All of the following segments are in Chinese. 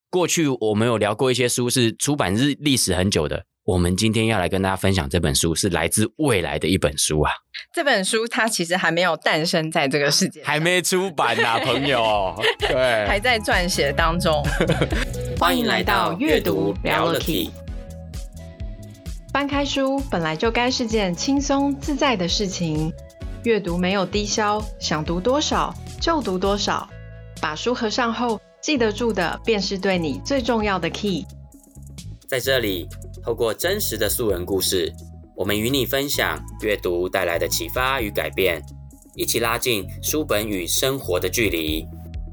过去我们有聊过一些书是出版历史很久的，我们今天要来跟大家分享这本书是来自未来的一本书啊。 这本书它其实还没有诞生在这个世界上， 还没出版啊朋友对， 还在撰写当中欢迎来到阅读聊了 key。 翻开书本来就该是件轻松自在的事情，阅读没有低消，想读多少就读多少，把书合上后记得住的便是对你最重要的 key。 在这里，透过真实的素人故事，我们与你分享阅读带来的启发与改变，一起拉近书本与生活的距离。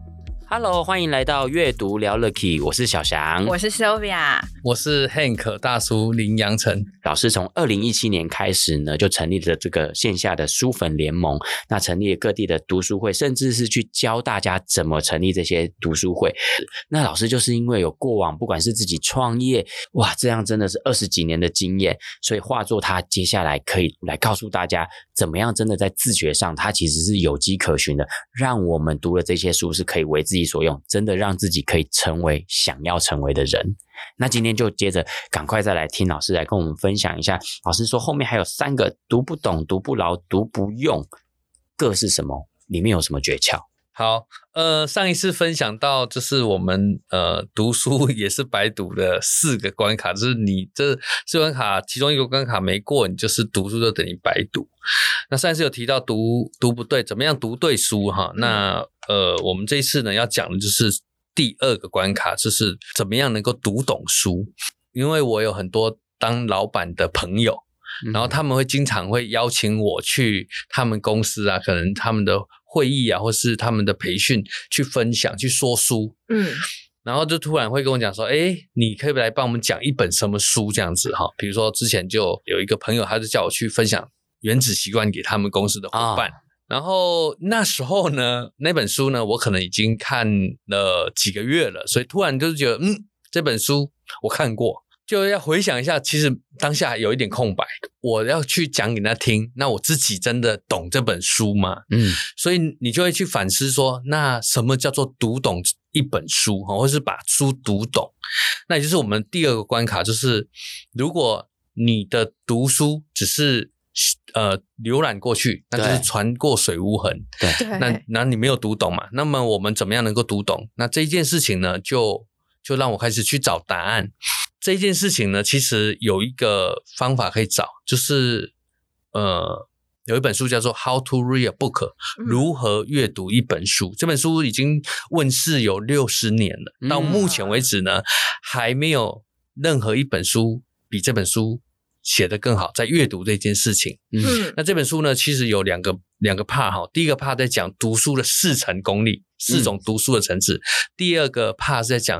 Hello， 欢迎来到阅读聊了 key， 我是小翔， 我是 Sylvia， 我是 Hank 大叔林阳成。 老师从2017年开始呢，就成立了这个线下的书粉联盟，那成立了各地的读书会，甚至是去教大家怎么成立这些读书会。那老师就是因为有过往不管是自己创业，哇，这样真的是20几年的经验，所以化作他接下来可以来告诉大家怎么样真的在自学上他其实是有迹可循的，让我们读了这些书是可以为自己所用，真的让自己可以成为想要成为的人。那今天就接着赶快再来听老师来跟我们分享一下，老师说后面还有3个读不懂、读不牢、读不用，各是什么？里面有什么诀窍？ 好，上一次分享到就是我们读书也是白读的4个关卡，就是你这4关卡其中一个关卡没过，你就是读书就等于白读。那上一次有提到读不对，怎么样读对书哈？那我们这一次呢要讲的就是第2个关卡，就是怎么样能够读懂书。因为我有很多当老板的朋友，然后他们会经常会邀请我去他们公司啊，可能他们的会议啊，或是他们的培训去分享去说书，然后就突然会跟我讲说，你可以来帮我们讲一本什么书这样子哈。比如说之前就有一个朋友，他就叫我去分享原子习惯给他们公司的伙伴，然后那时候呢，那本书呢我可能已经看了几个月了，所以突然就是觉得这本书我看过，就要回想一下，其实当下有一点空白，我要去讲给他听，那我自己真的懂这本书吗？所以你就会去反思说，那什么叫做读懂一本书，或是把书读懂？那也就是我们第2个关卡，就是如果你的读书只是浏览过去，那就是船过水无痕，对，那你没有读懂嘛？那么我们怎么样能够读懂？那这一件事情呢，就让我开始去找答案。这件事情呢，其实有一个方法可以找，就是有一本书叫做 How to Read a Book， 如何阅读一本书。这本书已经问世有60年了，到目前为止呢，还没有任何一本书比这本书写得更好，在阅读这件事情。那这本书呢，其实有两个 part 哈。第一个 part 在讲读书的4层功力，4种读书的层次。第二个 part 是在讲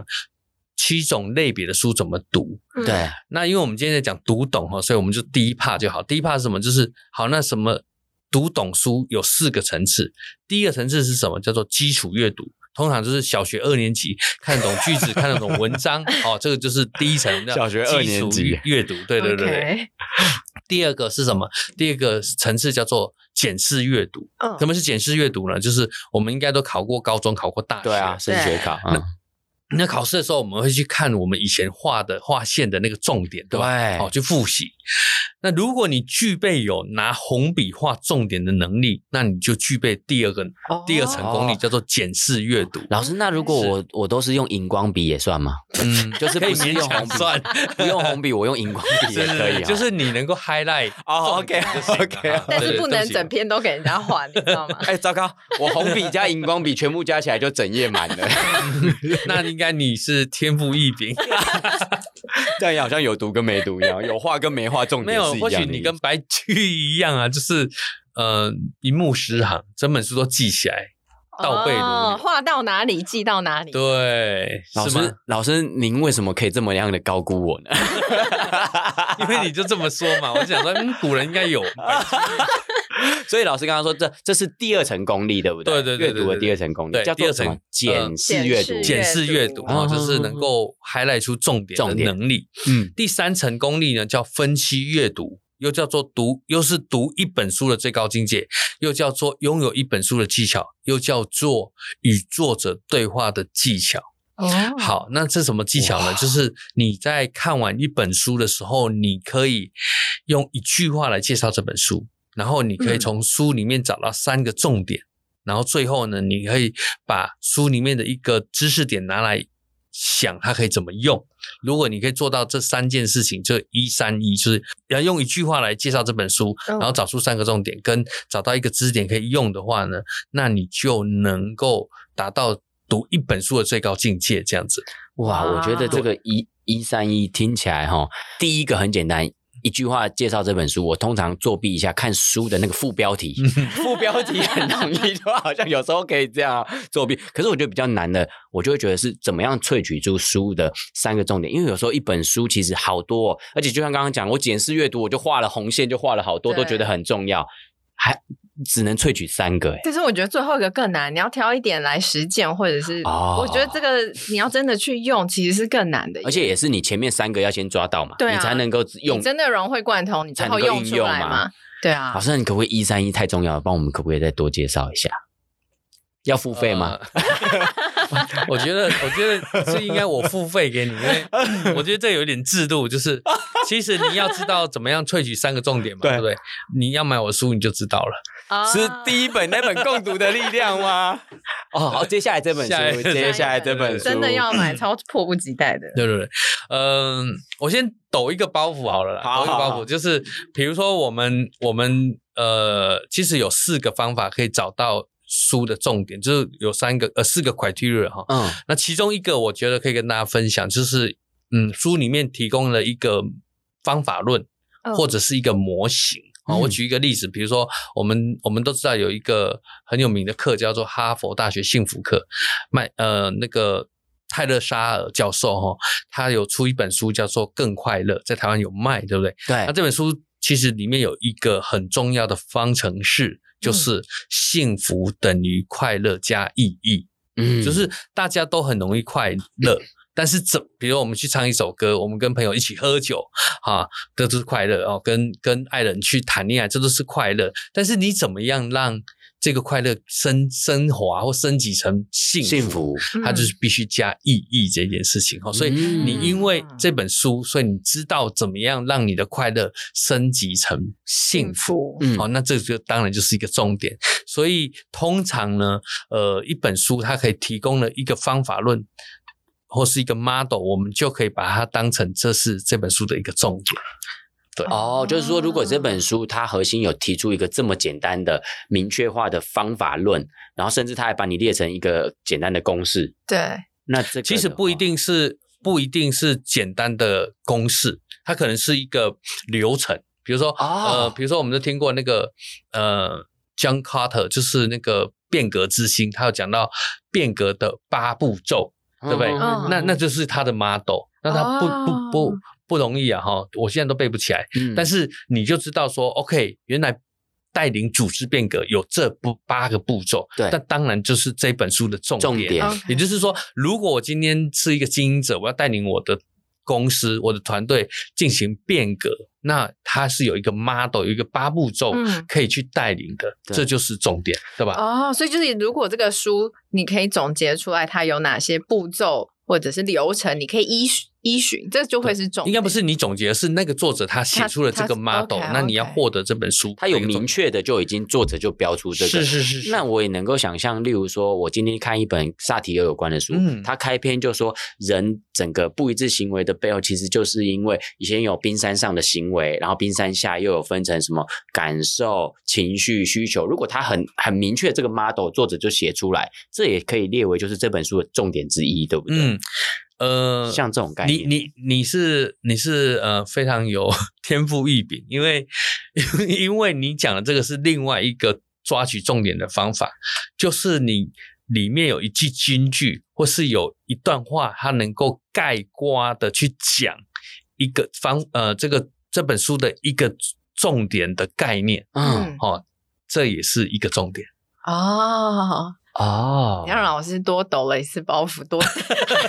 7种类别的书怎么读。 对， 那因为我们今天在讲读懂，所以我们就第一 part 就好。第一 part 是什么？就是好，那什么读懂书有4个层次。第一个层次是什么？叫做基础阅读，通常就是小学2年级看得懂句子看得懂文章这个就是第一层， 小学2年级阅读。对对对、 okay。 第二个是什么？第二个层次叫做检视阅读。什么是检视阅读呢？就是我们应该都考过高中考过大学， 对啊，升学考。 那考试的时候我们会去看我们以前画线的那个重点，对吧？去复习。那如果你具备有拿红笔画重点的能力，那你就具备第2层功力，叫做检视阅读。 老师，那如果我都是用荧光笔也算吗？就是不是用红笔，不用红笔，我用荧光笔也可以。 就是你能够 highlight。 OK， 但是不能整篇都给人家画，你知道吗？ 糟糕，我红笔加荧光笔全部加起来就整页满了。 那应该你是天赋异禀。 这样好像有读跟没读一样，有画跟没画重点是一样的。 没有，或许你跟白居一样啊，就是一目十行，整本书都记起来，倒背如流， 画到哪里记到哪里。 对， 老师，您为什么可以这么样的高估我呢？ 因为你就这么说嘛，我就想说，古人应该有。 所以老师刚刚说这是第2层功力，对不对？ 对， 阅读的第2层功力，叫做什么？检视阅读。 检视阅读就是能够 highlight 出重点的能力。第3层功力呢，叫分析阅读，又叫做又是读一本书的最高境界，又叫做拥有一本书的技巧，又叫做与作者对话的技巧。 好，那这什么技巧呢？就是你在看完一本书的时候，你可以用一句话来介绍这本书，然后你可以从书里面找到3个重点，然后最后呢，你可以把书里面的一个知识点拿来想它可以怎么用。如果你可以做到这3件事情，就131，就是要用一句话来介绍这本书，然后找出3个重点，跟找到一个知识点可以用的话呢，那你就能够达到读一本书的最高境界，这样子。 哇，我觉得这个131听起来第一个很简单，一句话介绍这本书。我通常作弊一下看书的那个副标题，副标题很容易，就好像有时候可以这样作弊。可是我觉得比较难的，我就会觉得是怎么样萃取出书的3个重点。因为有时候一本书其实好多而且就像刚刚讲，我检视阅读我就画了红线，就画了好多，都觉得很重要，还只能萃取3个。 其实我觉得最后一个更难，你要挑一点来实践，或者是我觉得这个你要真的去用，其实是更难的。 而且也是你前面3个要先抓到嘛， 对你才能够用， 你真的融会贯通，你最后用出来嘛。对啊， 老师，你可不可以131太重要了，帮我们可不可以再多介绍一下？要付费吗？ 我觉得是应该我付费给你，因为我觉得这有一点制度，就是其实你要知道怎么样萃取3个重点嘛， 对不对？你要买我的书你就知道了。 是第一本那本共读的力量吗？好，接下来这本书，接下来这本书真的要买，超迫不及待的。 对，我先抖一个包袱好了啦，抖一个包袱就是比如说我们其实有4个方法可以找到书的重点，就是有4个 criteria 哈。那其中一个我觉得可以跟大家分享，就是书里面提供了一个方法论，或者是一个模型。我举一个例子，比如说我们都知道有一个很有名的课叫做哈佛大学幸福课，那个泰勒沙尔教授他有出一本书叫做更快乐，在台湾有卖，对不对？ 对。 那这本书其实里面有一个很重要的方程式，就是幸福等于快乐加意义。就是大家都很容易快乐，但是比如我们去唱一首歌，我们跟朋友一起喝酒这都是快乐跟爱人去谈恋爱，这都是快乐。但是你怎么样让这个快乐升华或升级成幸福，它就是必须加意义这件事情。所以你因为这本书，所以你知道怎么样让你的快乐升级成幸福。那这个当然就是一个重点。所以通常呢一本书它可以提供了一个方法论或是一个 model， 我们就可以把它当成这是这本书的一个重点。对就是说如果这本书它核心有提出一个这么简单的明确化的方法论，然后甚至它还把你列成一个简单的公式， 对， 那这个其实不一定是简单的公式，它可能是一个流程。比如说我们都听过那个John Carter， 就是那个变革之星，他有讲到变革的8步骤，对不对？那就是他的 model。那他不容易啊我现在都背不起来。但是你就知道说 OK， 原来带领组织变革有这8个步骤， 对， 但当然就是这本书的重点。也就是说，如果我今天是一个经营者，我要带领我的公司我的团队进行变革，那它是有一个 model， 有一个8步骤可以去带领的，这就是重点，对吧？ 所以就是如果这个书你可以总结出来它有哪些步骤或者是流程，你可以依循，这就会是重点。 应该不是你总结，是那个作者他写出了这个 model， 那你要获得这本书， 他有明确的就已经作者就标出这个。 是。 那我也能够想象，例如说我今天看一本萨提尔有关的书，他开篇就说人整个不一致行为的背后，其实就是因为以前有冰山上的行为，然后冰山下又有分成什么感受、情绪、需求。如果他很明确这个 model， 作者就写出来，这也可以列为就是这本书的重点之一，对不对？像这种概念， 你是非常有天赋异禀，因为你讲的这个是另外一个抓取重点的方法，就是你里面有一句金句，或是有一段话，它能够概括的去讲一个这本书的一个重点的概念。这也是一个重点。 你让老师多抖了一次包袱，多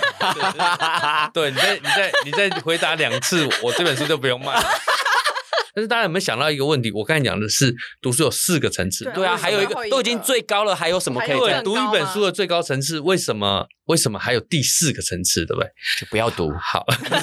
对，你再回答2次，我这本书就不用卖了。 但是大家有没有想到一个问题？我刚才讲的是读书有4个层次， 对啊，还有一个都已经最高了，还有什么可以再读一本书的最高层次？为什么还有第4个层次，对不对？ 就不要读好。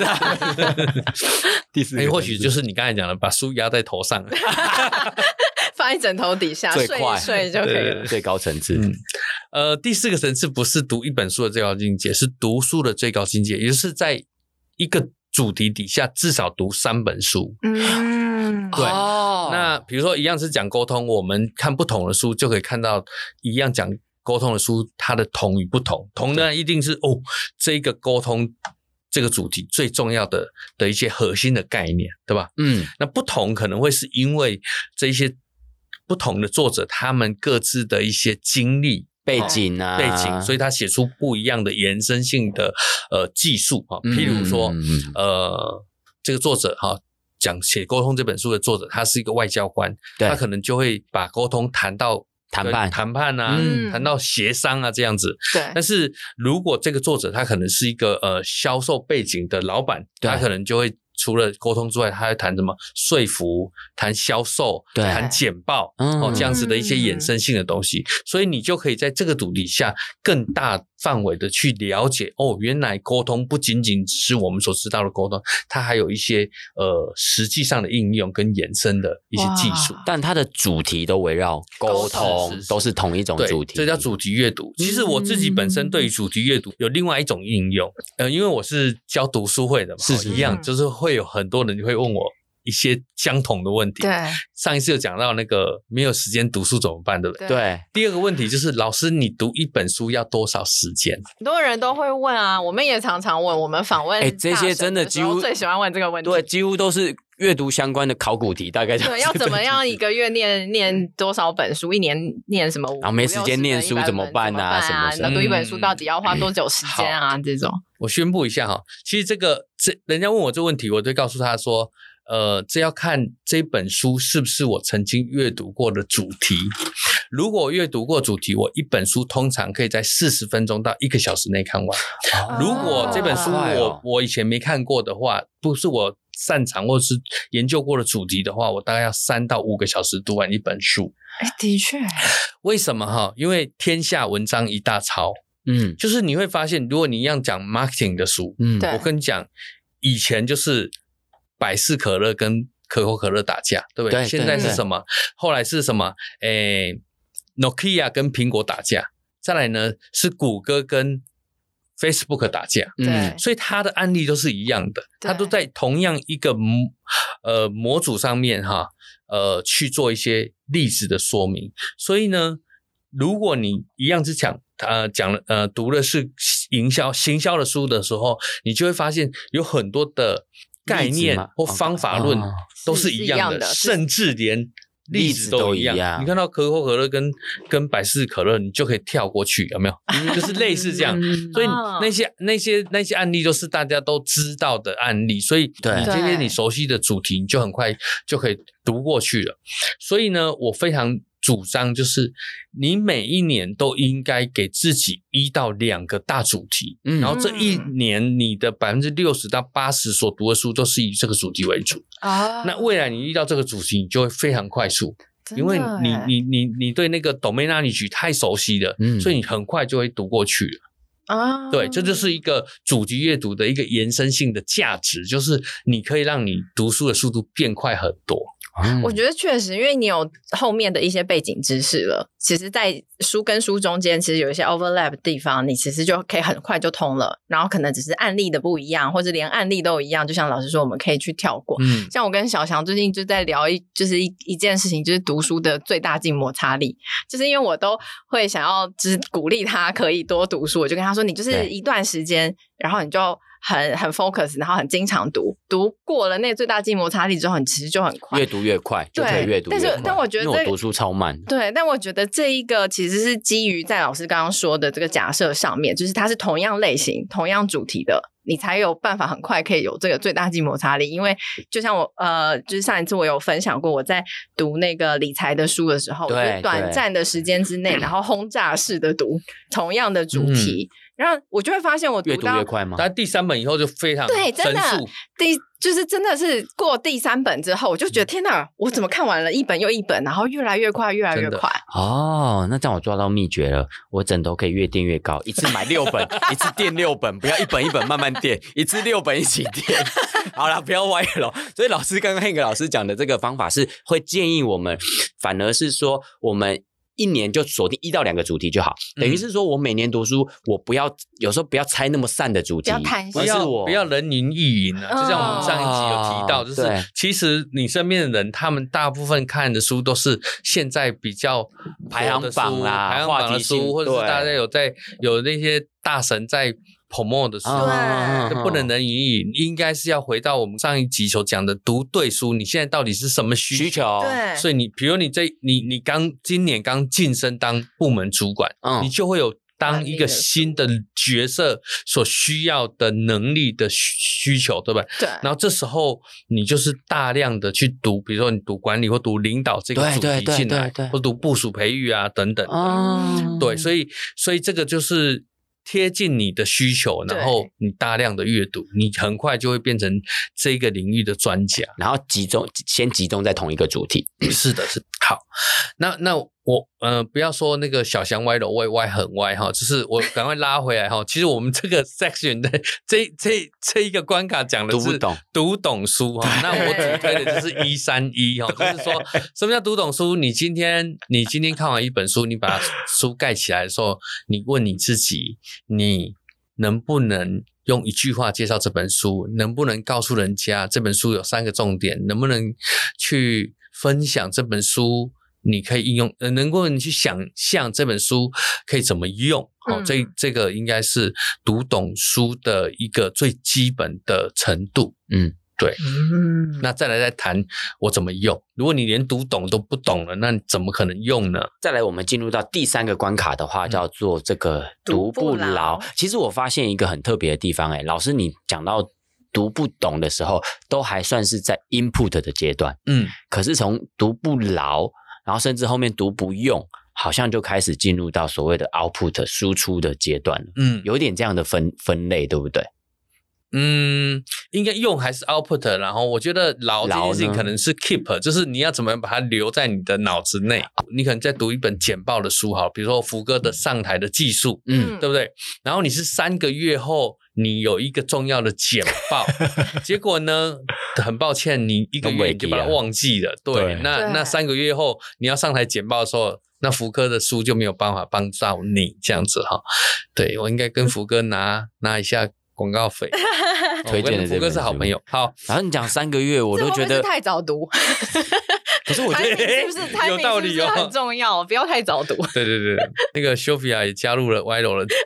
第4个或许就是你刚才讲的，把书压在头上， 放在枕头底下最快睡就可以了。 最高层次。 第4个层次不是读一本书的最高境界，是读书的最高境界，也就是在一个主题底下至少读3本书。对。那比如说一样是讲沟通，我们看不同的书就可以看到一样讲沟通的书，它的同与不同。同呢一定是这个沟通这个主题最重要的一些核心的概念，对吧？那不同可能会是因为这些不同的作者他们各自的一些经历背景啊， 所以他写出不一样的延伸性的技术譬如说这个作者讲写沟通这本书的作者，他是一个外交官，他可能就会把沟通谈到谈判啊，谈到协商啊这样子。 对。 但是如果这个作者他可能是一个销售背景的老板，他可能就会除了沟通之外，他会谈什么说服、谈销售、谈简报这样子的一些衍生性的东西。所以你就可以在这个主题下更大范围的去了解原来沟通不仅仅只是我们所知道的沟通，它还有一些实际上的应用跟衍生的一些技术。 但它的主题都围绕沟通，都是同一种主题。 这叫主题阅读。其实我自己本身对于主题阅读有另外一种应用，因为我是教读书会的嘛，一样就是会有很多人会问我一些相同的问题。 对， 上一次有讲到那个没有时间读书怎么办，对不对？ 对。 第二个问题就是老师，你读一本书要多少时间？ 很多人都会问啊，我们也常常问，我们访问这些真的几乎最喜欢问这个问题。 对，几乎都是阅读相关的考古题，大概对，要怎么样一个月念多少本书，一年念什么， 然后没时间念书怎么办啊？什么那读一本书到底要花多久时间啊？这种我宣布一下其实人家问我这个问题，我就告诉他说这要看这本书是不是我曾经阅读过的主题。如果我阅读过主题，我一本书通常可以在40分钟到1个小时内看完。如果这本书我以前没看过的话，不是我擅长或是研究过的主题的话，我大概要3到5个小时读完一本书。 的确。 为什么因为天下文章一大抄。就是你会发现，如果你一样讲 marketing 的书，我跟你讲，以前就是百事可乐跟可口可乐打架，对不对？现在是什么？后来是什么？Nokia 跟苹果打架，再来呢是谷歌跟 Facebook 打架。所以它的案例都是一样的，它都在同样一个模组上面去做一些例子的说明。所以呢，如果你一样是读的是行销的书的时候，你就会发现有很多的概念或方法论都是一样的，甚至连例子都一样。你看到可口可乐跟百事可乐，你就可以跳过去，有没有？就是类似这样。所以那些案例都是大家都知道的案例，所以你这些你熟悉的主题，你就很快就可以读过去了。所以呢，我非常主张就是你每一年都应该给自己1到2个大主题，然后这一年你的60%到80%所读的书都是以这个主题为主。那未来你遇到这个主题，你就会非常快速，因为你对那个 domain knowledge 太熟悉了，所以你很快就会读过去了。对，这就是一个主题阅读的一个延伸性的价值，就是你可以让你读书的速度变快很多。 我觉得确实，因为你有后面的一些背景知识了，其实在书跟书中间其实有一些 overlap 的地方，你其实就可以很快就通了，然后可能只是案例的不一样，或者连案例都一样，就像老师说我们可以去跳过。像我跟小翔最近就在聊就是一件事情，就是读书的最大静摩擦力，就是因为我都会想要就是鼓励他可以多读书，我就跟他说你就是一段时间，然后你就很 focus， 然后很经常读过了那最大静摩擦力之后，你其实就很快越读越快，就可以越读越快。 但我觉得因为我读书超慢。 对，但我觉得这一个其实是基于在老师刚刚说的这个假设上面，就是它是同样类型、同样主题的，你才有办法很快可以有这个最大静摩擦力。因为就像我就是上一次我有分享过，我在读那个理财的书的时候，我就短暂的时间之内，然后轰炸式的读同样的主题。 然后我就会发现我越读到读越快吗？ 但第3本以后就非常对，真的神速， 就是真的是过第3本之后，我就觉得天哪，我怎么看完了一本又一本，然后越来越快，越来越快。 哦，那这样我抓到秘诀了，我枕头可以越垫越高，一次买6本，一次垫6本，不要一本一本慢慢垫，一次6本一起垫。好啦，不要歪了。所以老师刚刚Hank老师讲的这个方法是会建议我们，反而是说我们1年就锁定1到2个主题就好，等于是说我每年读书，我不要有时候不要猜那么散的主题， 不要贪心， 不要人云亦云啊。就像我们上一集有提到，就是其实你身边的人，他们大部分看的书都是现在比较排行榜啦、 排行榜的书，或者是大家有那些大神在promote 的书， 对， 不能人云亦云，应该是要回到我们上一集所讲的读对书，你现在到底是什么需求？ 对， 所以比如你今年刚晋升当部门主管，你就会有当一个新的角色所需要的能力的需求，对不对？ 对。 然后这时候你就是大量的去读，比如说你读管理或读领导这个主题进来，或读部属培育啊等等。对，所以这个就是贴近你的需求，然后你大量的阅读，你很快就会变成这个领域的专家， 然后先集中在同一个主题。 是的，是的。好，那我不要说那个小翔歪楼歪很歪哈，就是我赶快拉回来哈。其实我们这个 section 的这一个关卡讲的是读懂书哈，那我主推的就是131哈，就是说什么叫读懂书？你今天看完一本书，你把书盖起来的时候，你问你自己，你能不能用一句话介绍这本书？能不能告诉人家这本书有3个重点？能不能去分享这本书你可以应用，能够你去想象这本书可以怎么用，这个应该是读懂书的一个最基本的程度。对，那再来谈我怎么用。如果你连读懂都不懂了，那你怎么可能用呢？ 再来，我们进入到第3个关卡的话，叫做这个读不牢。其实我发现一个很特别的地方，老师你讲到读不懂的时候，都还算是在 input 的阶段，可是从读不牢，然后甚至后面读不用，好像就开始进入到所谓的 output 输出的阶段了。有点这样的分类，对不对？ 应该用还是 output， 然后我觉得牢这件事情可能是 keep， 就是你要怎么把它留在你的脑子内。你可能在读一本简报的书，好，比如说福哥的上台的技术，对不对？然后你是3个月后你有一个重要的简报，结果呢，很抱歉，你1个月你就把它忘记了。对，那3个月后你要上台简报的时候，那福哥的书就没有办法帮到你这样子哈。对，我应该跟福哥拿一下广告费。 推荐的这本书， 福哥是好朋友。好， 然后你讲3个月，我都觉得太早读。 可是我觉得是不是有道理哦， 很重要，不要太早读。 对，那个 Sophia 也加入了歪楼了。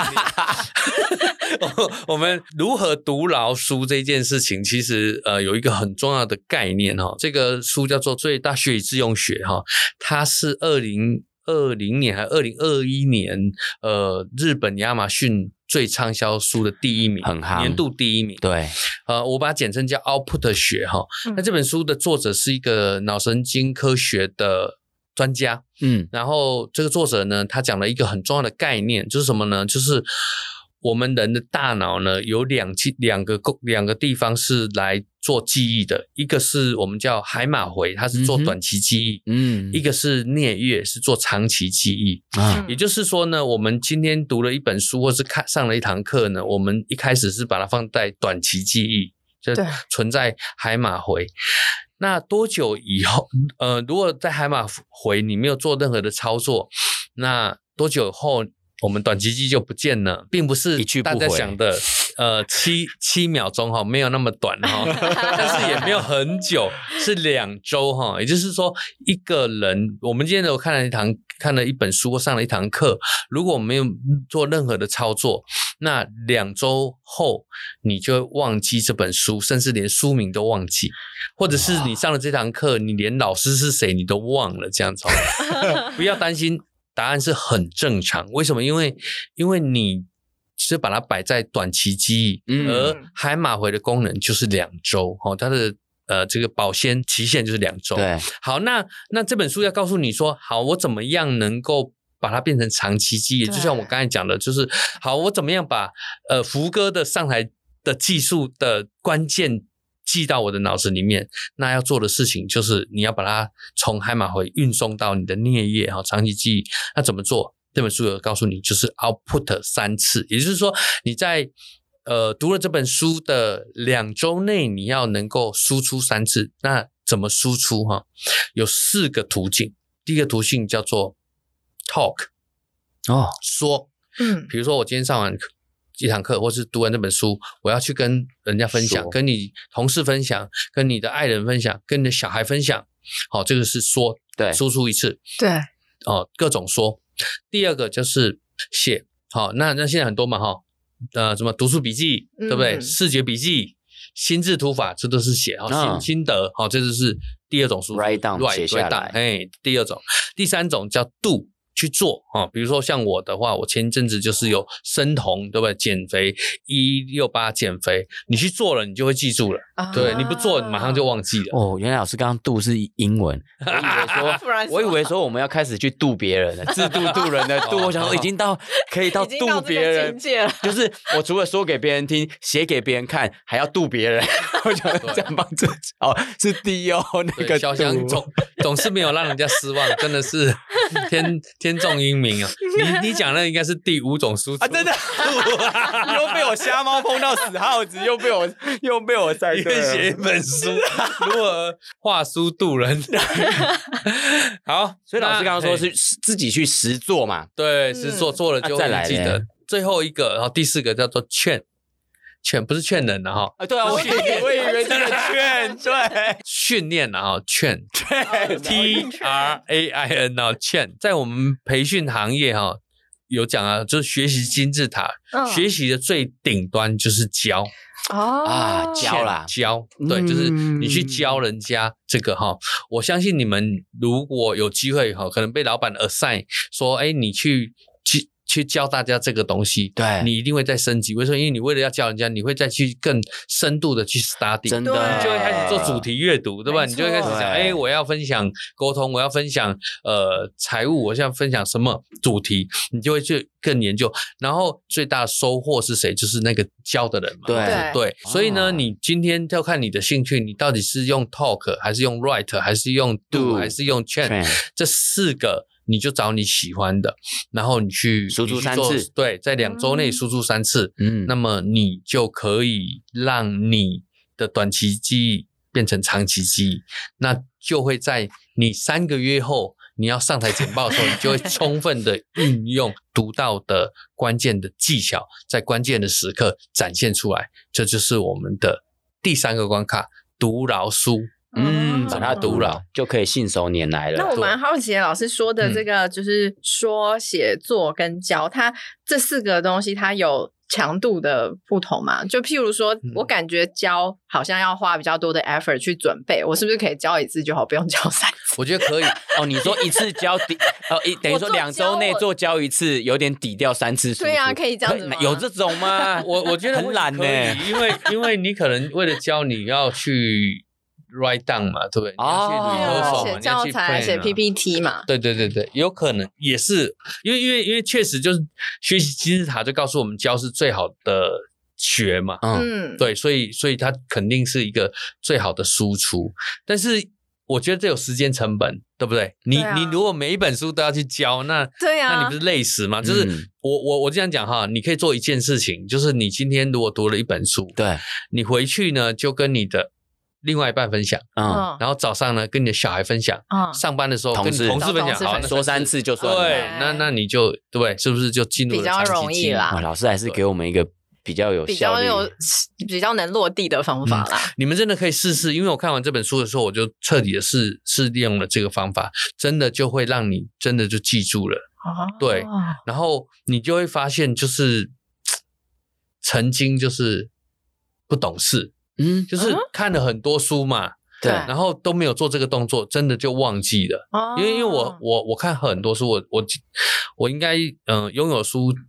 我们如何读牢书这件事情，其实有一个很重要的概念哈。这个书叫做《最大学以致用学》哈，它是2020年还2021年日本亚马逊最畅销书的第1名， 很夯， 年度第1名。 对， 我把它简称叫 Output 学哈。那这本书的作者是一个脑神经科学的专家，然后这个作者呢，他讲了一个很重要的概念，就是什么呢？就是我们人的大脑呢，有两个地方是来做记忆的，一个是我们叫海马回，它是做短期记忆，一个是颞叶，是做长期记忆。也就是说呢，我们今天读了一本书，或是上了一堂课呢，我们一开始是把它放在短期记忆，就存在海马回。那多久以后，如果在海马回你没有做任何的操作，那多久后我们短期记忆就不见了，并不是大家想的7秒钟哈，没有那么短哈，但是也没有很久，是2周哈。也就是说，一个人，我们今天都看了一本书或上了一堂课，如果我们没有做任何的操作，那2周后你就忘记这本书，甚至连书名都忘记，或者是你上了这堂课，你连老师是谁你都忘了，这样子。不要担心。答案是很正常，为什么？因为你是把它摆在短期记忆，而海马回的功能就是2周，它的这个保鲜期限就是2周。 对， 好，那这本书要告诉你说，好，我怎么样能够把它变成长期记忆。就像我刚才讲的，就是好，我怎么样把福哥的上台的技术的关键记到我的脑子里面，那要做的事情就是你要把它从海马回运送到你的颞叶长期记忆。那怎么做？这本书有告诉你，就是 output 3次，也就是说你在读了这本书的2周内，你要能够输出3次。那怎么输出有4个途径。第一个途径叫做 talk 说，比如说我今天上完一堂课，或是读完这本书，我要去跟人家分享，跟你同事分享，跟你的爱人分享，跟你的小孩分享。好，这个是说，对，输出1次， 对， 各种说。第二个就是写，好，那现在很多嘛，什么读书笔记，对不对？视觉笔记、心智图法，这都是写，心得，好，这就是第二种输出 ，write down 写下来， 第二种，第三种叫 do。去做比如说像我的话，我前一阵子就是有生酮，对不对？减肥168减肥，你去做了，你就会记住了。对，你不做，你马上就忘记了。 原来老师刚刚度是英文，我以为说我们要开始去度别人了，自度度人的度。我想说已经到可以到度别人，就是我除了说给别人听，写给别人看，还要度别人。我想这样帮助是第那个小翔总是没有让人家失望，真的是天纵英明啊！你讲的应该是第5种输出真的，又被我瞎猫碰到死耗子，又被我猜对了。 写一本书，如何画书度人。好， 所以老师刚刚说是自己去实做嘛？ 对，实做做了就会记得。最后一个，然后第4个叫做劝不是劝人的对啊，我以为这个劝，对， 训练劝TRAIN 劝，在我们培训行业有讲就是学习金字塔，学习的最顶端就是教。教，对，就是你去教人家这个我相信你们如果有机会可能被老板 assign 说，你去教大家这个东西， 对， 你一定会再升级。为什么？因为你为了要教人家，你会再去更深度的去 study， 真的， 你就会开始做主题阅读，对吧？你就会开始讲，我要分享沟通，我要分享财务，我要分享什么主题，你就会去更研究。然后最大的收获是谁？就是那个教的人嘛。对，所以呢，你今天要看你的兴趣，你到底是用 talk 还是用 write 还是用 do 还是用 train， 这4个。你就找你喜欢的，然后你去输出3次， 对，在2周内输出3次，那么你就可以让你的短期记忆变成长期记忆，那就会在你3个月后你要上台简报的时候，你就会充分的运用读到的关键的技巧，在关键的时刻展现出来。这就是我们的第3个关卡，读牢书。 把它读了就可以信手拈来了。 那我蛮好奇的，老师说的这个就是说、写作跟教，它这4个东西它有强度的不同嘛？就譬如说我感觉教好像要花比较多的 effort 去准备，我是不是可以教1次就好，不用教3次？ 我觉得可以你说1次教等于说2周内做教1次，有点抵掉3次输出。 对啊，可以这样子吗？ 有这种吗？ 我觉得很懒因为你可能为了教你要去write down 嘛，对不对？你要去 rehearsal 嘛， 写教材、写 PPT 嘛。 对，有可能也是，因为确实就是学习金字塔就告诉我们教是最好的学嘛，对，所以它肯定是一个最好的输出，但是我觉得这有时间成本，对不对？你如果每一本书都要去教，那你不是累死吗？就是我这样讲你可以做一件事情，就是你今天如果读了一本书， 对，你回去呢就跟你的另外一半分享，然后早上呢跟你的小孩分享，上班的时候跟你同事分享，好， 说3次就算了。 对，那你就对不对？是不是就进入了长期记忆？ 比较容易啦。 老师还是给我们一个比较有效率、 比较能落地的方法啦。 你们真的可以试试，因为我看完这本书的时候，我就彻底的试用了这个方法，真的就会让你真的就记住了。对，然后你就会发现，就是曾经就是不懂事。就是看了很多书嘛， 对， 然后都没有做这个动作，真的就忘记了。因为我看很多书，我应该拥有书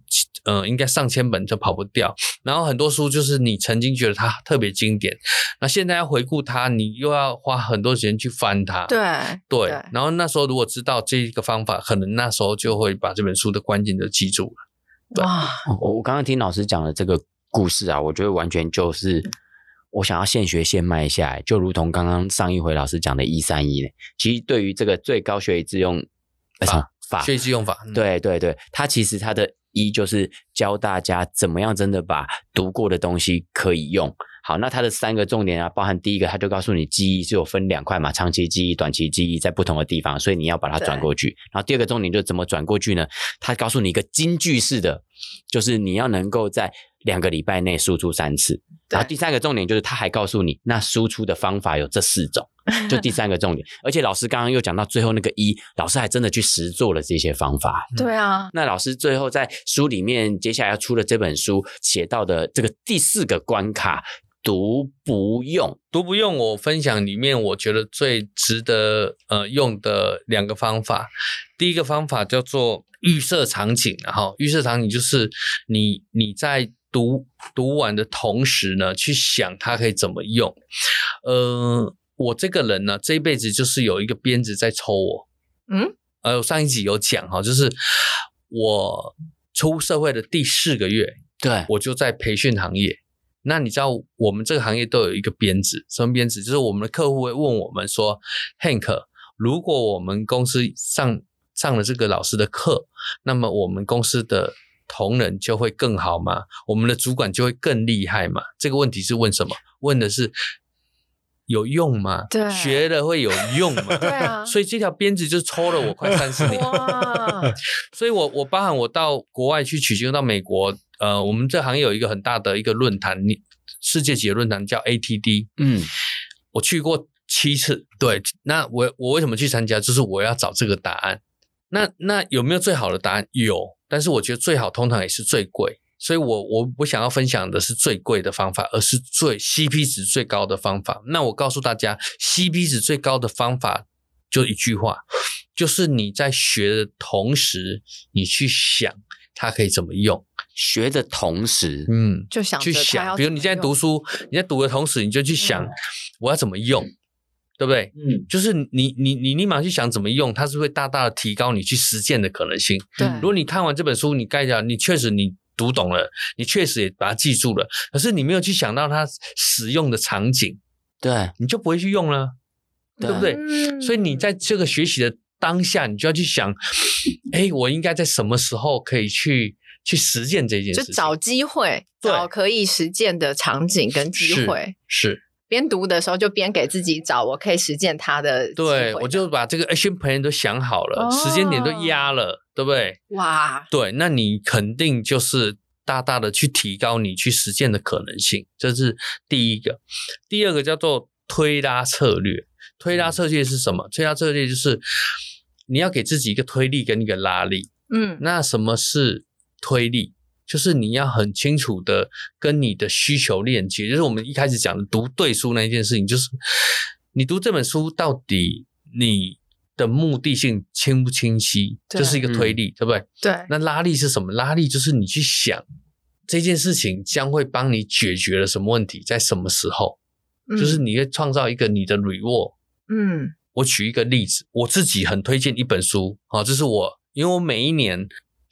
应该上千本就跑不掉。然后很多书就是你曾经觉得它特别经典，那现在要回顾它，你又要花很多时间去翻它。 对， 然后那时候如果知道这一个方法，可能那时候就会把这本书的关键就记住了。 哇， 我刚刚听老师讲的这个故事啊，我觉得完全就是我想要现学现卖下来，就如同刚刚上一回老师讲的131，其实对于这个最高学以致用法学以致用法， 对对对，它其实它的就是教大家怎么样真的把读过的东西可以用。好，那它的3个重点啊，包含第一个，它就告诉你记忆是有分2块嘛，长期记忆、短期记忆在不同的地方，所以你要把它转过去。然后第二个重点就是怎么转过去呢？它告诉你一个金句式的，就是你要能够在2个礼拜内输出3次。然后第3个重点就是它还告诉你，那输出的方法有这4种，就第3个重点。而且老师刚刚又讲到最后那个老师还真的去实做了这些方法。 对啊， 那老师最后在书里面接下来要出的这本书写到的这个第4个关卡，读不用。 我分享里面我觉得最值得用的2个方法。第一个方法叫做预设场景，然后预设场景就是你在读完的同时呢，去想它可以怎么用。我这个人呢，这一辈子就是有一个鞭子在抽我。我上一集有讲哈，就是我出社会的第4个月， 对， 我就在培训行业。那你知道我们这个行业都有一个鞭子，什么鞭子？就是我们的客户会问我们说 Hank， 如果我们公司上了这个老师的课，那么我们公司的同仁就会更好吗？我们的主管就会更厉害吗？这个问题是问什么？问的是有用吗？ 对， 学了会有用吗？ 对啊， 所以这条鞭子就抽了我快30年。 哇， 所以我包含我到国外去取经，到美国，我们这行业有一个很大的一个论坛，世界级的论坛叫 ATD， 我去过7次。对，那我为什么去参加？就是我要找这个答案。那有没有最好的答案？有，但是我觉得最好通常也是最贵。所以我想要分享的是最贵的方法，而是最 CP 值最高的方法。那我告诉大家 CP 值最高的方法就一句话，就是你在学的同时，你去想它可以怎么用。 学的同时， 就想去想，比如你现在读书，你在读的同时，你就去想我要怎么用，对不对？就是你立马去想怎么用，它是会大大的提高你去实践的可能性。 对， 如果你看完这本书，你概讲，你确实你读懂了，你确实也把它记住了，可是你没有去想到它使用的场景， 对， 你就不会去用了，对不对？所以你在这个学习的当下，你就要去想，我应该在什么时候可以去实践这件事情， 就找机会，找可以实践的场景跟机会。 是边读的时候就边给自己找我可以实践它的机会。 对，我就把这个 action plan 都想好了，时间点都压了，对不对？ 哇， 对，那你肯定就是大大的去提高你去实践的可能性，这是第一个。第二个叫做推拉策略。推拉策略是什么？推拉策略就是你要给自己一个推力跟一个拉力。那什么是推力？就是你要很清楚的跟你的需求链接，就是我们一开始讲的读对书那一件事情，就是你读这本书到底你的目的性清不清晰，这是一个推力，对不对？ 对。 那拉力是什么？拉力就是你去想这件事情将会帮你解决了什么问题，在什么时候，就是你会创造一个你的 reward。我举一个例子，我自己很推荐一本书，这是因为我每一年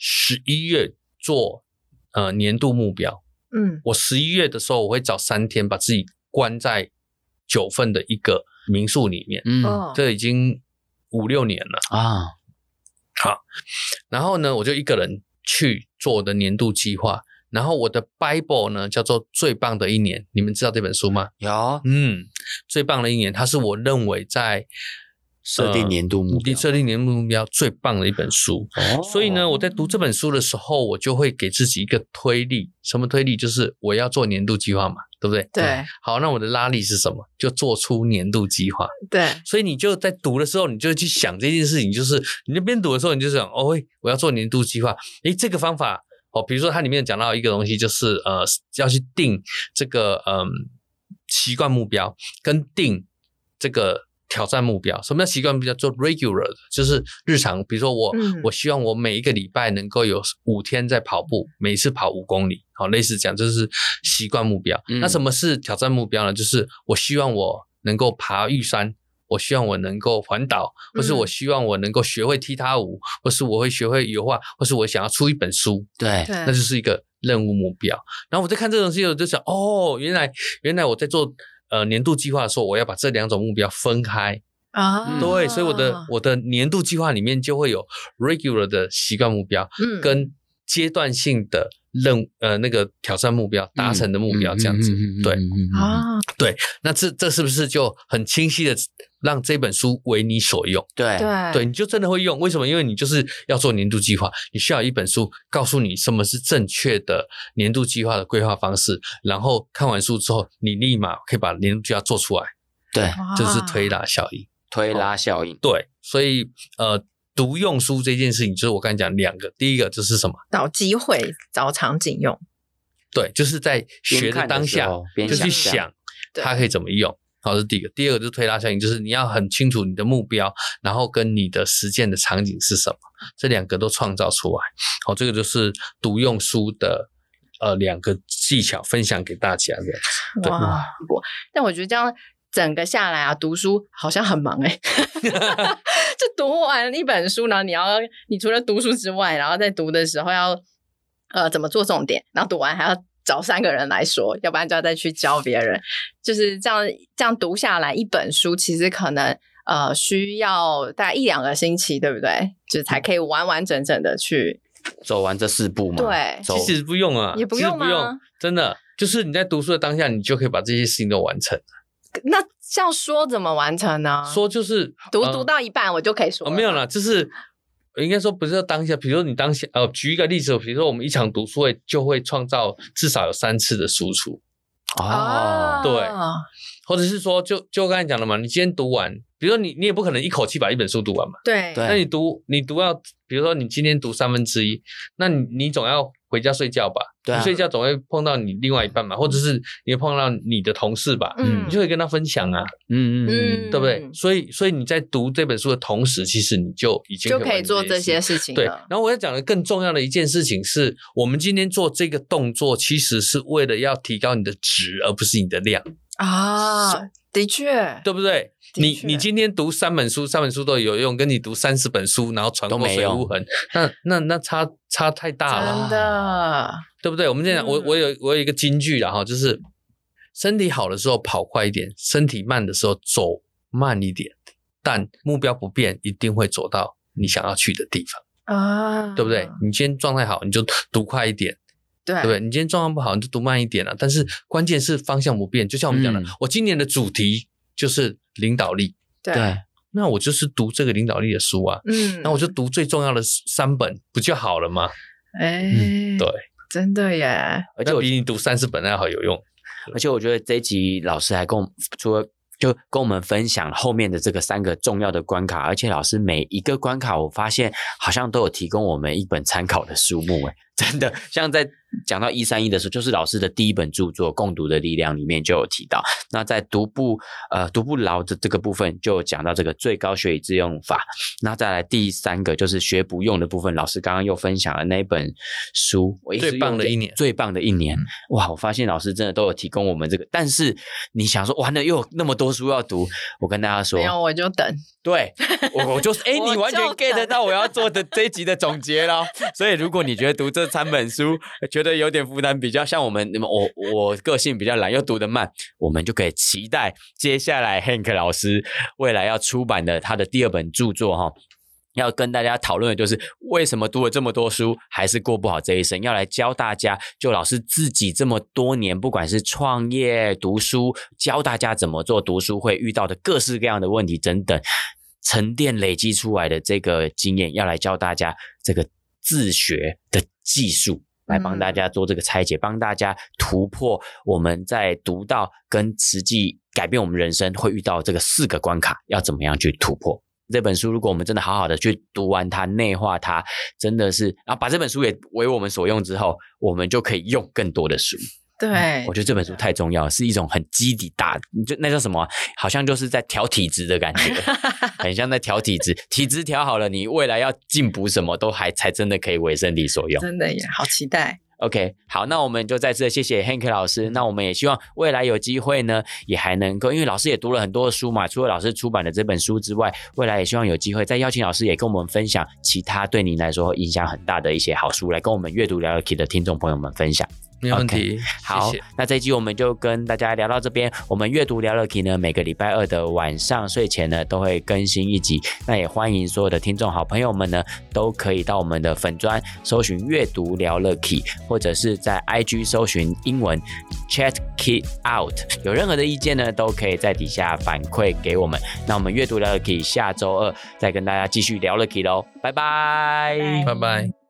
11月做年度目标，我11月的时候我会找3天把自己关在9份的一个民宿里面，这已经5-6年了啊。好，然后呢，我就一个人去做我的年度计划，然后我的 Bible 呢叫做最棒的一年，你们知道这本书吗？ 有， 最棒的一年，它是我认为在设定年度目标最棒的一本书。所以呢，我在读这本书的时候，我就会给自己一个推力。什么推力？就是我要做年度计划嘛，对不对？ 对。 好，那我的拉力是什么？就做出年度计划。 对。 所以你就在读的时候，你就去想这件事情，就是你那边读的时候，你就想我要做年度计划。这个方法比如说它里面讲到一个东西，就是要去定这个习惯目标，跟定这个挑战目标。什么叫习惯目标？做 regular 的，就是日常。比如说我希望我每一个礼拜能够有5天在跑步，每次跑5公里，好，类似这样，这是习惯目标。那什么是挑战目标呢？就是我希望我能够爬玉山，我希望我能够环岛，或是我希望我能够学会踢踏舞，或是我会学会油画，或是我想要出一本书。 对， 那就是一个任务目标。然后我在看这种东西，我就想，原来我在做年度计划的时候，我要把这2种目标分开。对，所以我的年度计划里面就会有 regular 的习惯目标，跟阶段性的那个挑战目标达成的目标这样子。对对，那这是不是就很清晰的让这本书为你所用？对，你就真的会用。为什么？因为你就是要做年度计划，你需要一本书告诉你什么是正确的年度计划的规划方式，然后看完书之后，你立马可以把年度计划做出来。 对， 这是推拉效应。对，所以读用书这件事情，就是我刚才讲2个，第一个就是什么？ 找机会，找场景用。 对，就是在学的当下就去想它可以怎么用。好，这是第一个。第二个就是推拉效应，就是你要很清楚你的目标，然后跟你的实践的场景是什么，这2个都创造出来。好，这个就是读用书的2个技巧分享给大家的。 哇，但我觉得这样整个下来啊，读书好像很忙就读完一本书，然后你除了读书之外，然后在读的时候要怎么做重点，然后读完还要找3个人来说，要不然就要再去教别人，就是这样读下来一本书，其实可能需要大概1-2个星期，对不对？就是才可以完完整整的去走完这4步嘛。 对， 其实不用啊， 也不用吗？ 其实不用，真的就是你在读书的当下，你就可以把这些事情都完成。 那像说怎么完成呢？ 说就是读到一半我就可以说了。 没有啦，就是应该说不是当下，比如说你当下举一个例子，比如说我们一场读书会就会创造至少有3次的输出。对，或者是说就刚才讲了嘛，你今天读完，比如说你也不可能一口气把一本书读完嘛。 对， 那你读要，比如说你今天读1/3，那你总要回家睡觉吧？ 对啊， 你睡觉总会碰到你另外一半嘛，或者是你会碰到你的同事吧，你就会跟他分享啊，对不对？所以你在读这本书的同时，其实你就已经可以做这些事情了。 对，然后我要讲的更重要的一件事情是，我们今天做这个动作，其实是为了要提高你的质，而不是你的量啊。的确， 对不对？你今天读3本书，3本书都有用，跟你读30本书，然后穿过水无痕，那差太大了， 真的， 对不对？我们现在我有一个金句啦哈，就是身体好的时候跑快一点，身体慢的时候走慢一点，但目标不变，一定会走到你想要去的地方啊，对不对？你今天状态好，你就读快一点。对不对？你今天状况不好，你就读慢一点啊。但是关键是方向不变，就像我们讲的，我今年的主题就是领导力。 对， 那我就是读这个领导力的书啊。那我就读最重要的3本，不就好了吗？对， 真的耶， 而且比你读30本还好有用。 而且我觉得这一集老师还除了就跟我们分享后面的这个3个重要的关卡，而且老师每一个关卡我发现好像都有提供我们一本参考的书目，真的像在讲到131的时候，就是老师的第1本著作《共读的力量》里面就有提到。那在读不牢的这个部分就有讲到这个最高学以致用法。那再来第3个就是学不用的部分，老师刚刚又分享了那本书最棒的一年。 哇，我发现老师真的都有提供我们这个，但是你想说完了又有那么多书要读，我跟大家说没有，我就等。 对，我就你完全 get 到我要做的这一集的总结了。所以如果你觉得读这3本书觉得有点负担，比较像我个性比较懒又读得慢，我们就可以期待接下来 Hank 老师未来要出版的他的第2本著作要跟大家讨论的就是为什么读了这么多书还是过不好这一生，要来教大家，就老师自己这么多年不管是创业读书，教大家怎么做读书会遇到的各式各样的问题等等，沉淀累积出来的这个经验，要来教大家这个自学的技术，来帮大家做这个拆解，帮大家突破我们在读到跟实际改变我们人生会遇到这个4个关卡，要怎么样去突破。这本书如果我们真的好好的去读完它，内化它，真的是然后把这本书也为我们所用之后，我们就可以用更多的书。 对， 我觉得这本书太重要，是一种很基底大，就那叫什么，好像就是在调体质的感觉，很像在调体质，体质调好了，你未来要进补什么都才真的可以为身体所用。 真的耶，好期待。 OK， 好，那我们就再次谢谢 Hank 老师。那我们也希望未来有机会呢，也还能够，因为老师也读了很多的书嘛，除了老师出版的这本书之外，未来也希望有机会再邀请老师也跟我们分享其他对您来说影响很大的一些好书，来跟我们阅读聊聊 Key 的听众朋友们分享。 没有问题。 Okay， 好， 谢谢。 那这一集我们就跟大家聊到这边。我们阅读聊了 Key 呢，每个礼拜二的晚上睡前呢都会更新一集。那也欢迎所有的听众好朋友们呢，都可以到我们的粉专搜寻阅读聊了 Key， 或者是在 IG 搜寻英文 Chat Key Out。有任何的意见呢，都可以在底下反馈给我们。那我们阅读聊了 Key 下周二再跟大家继续聊了 Key 咯，拜拜， 拜拜。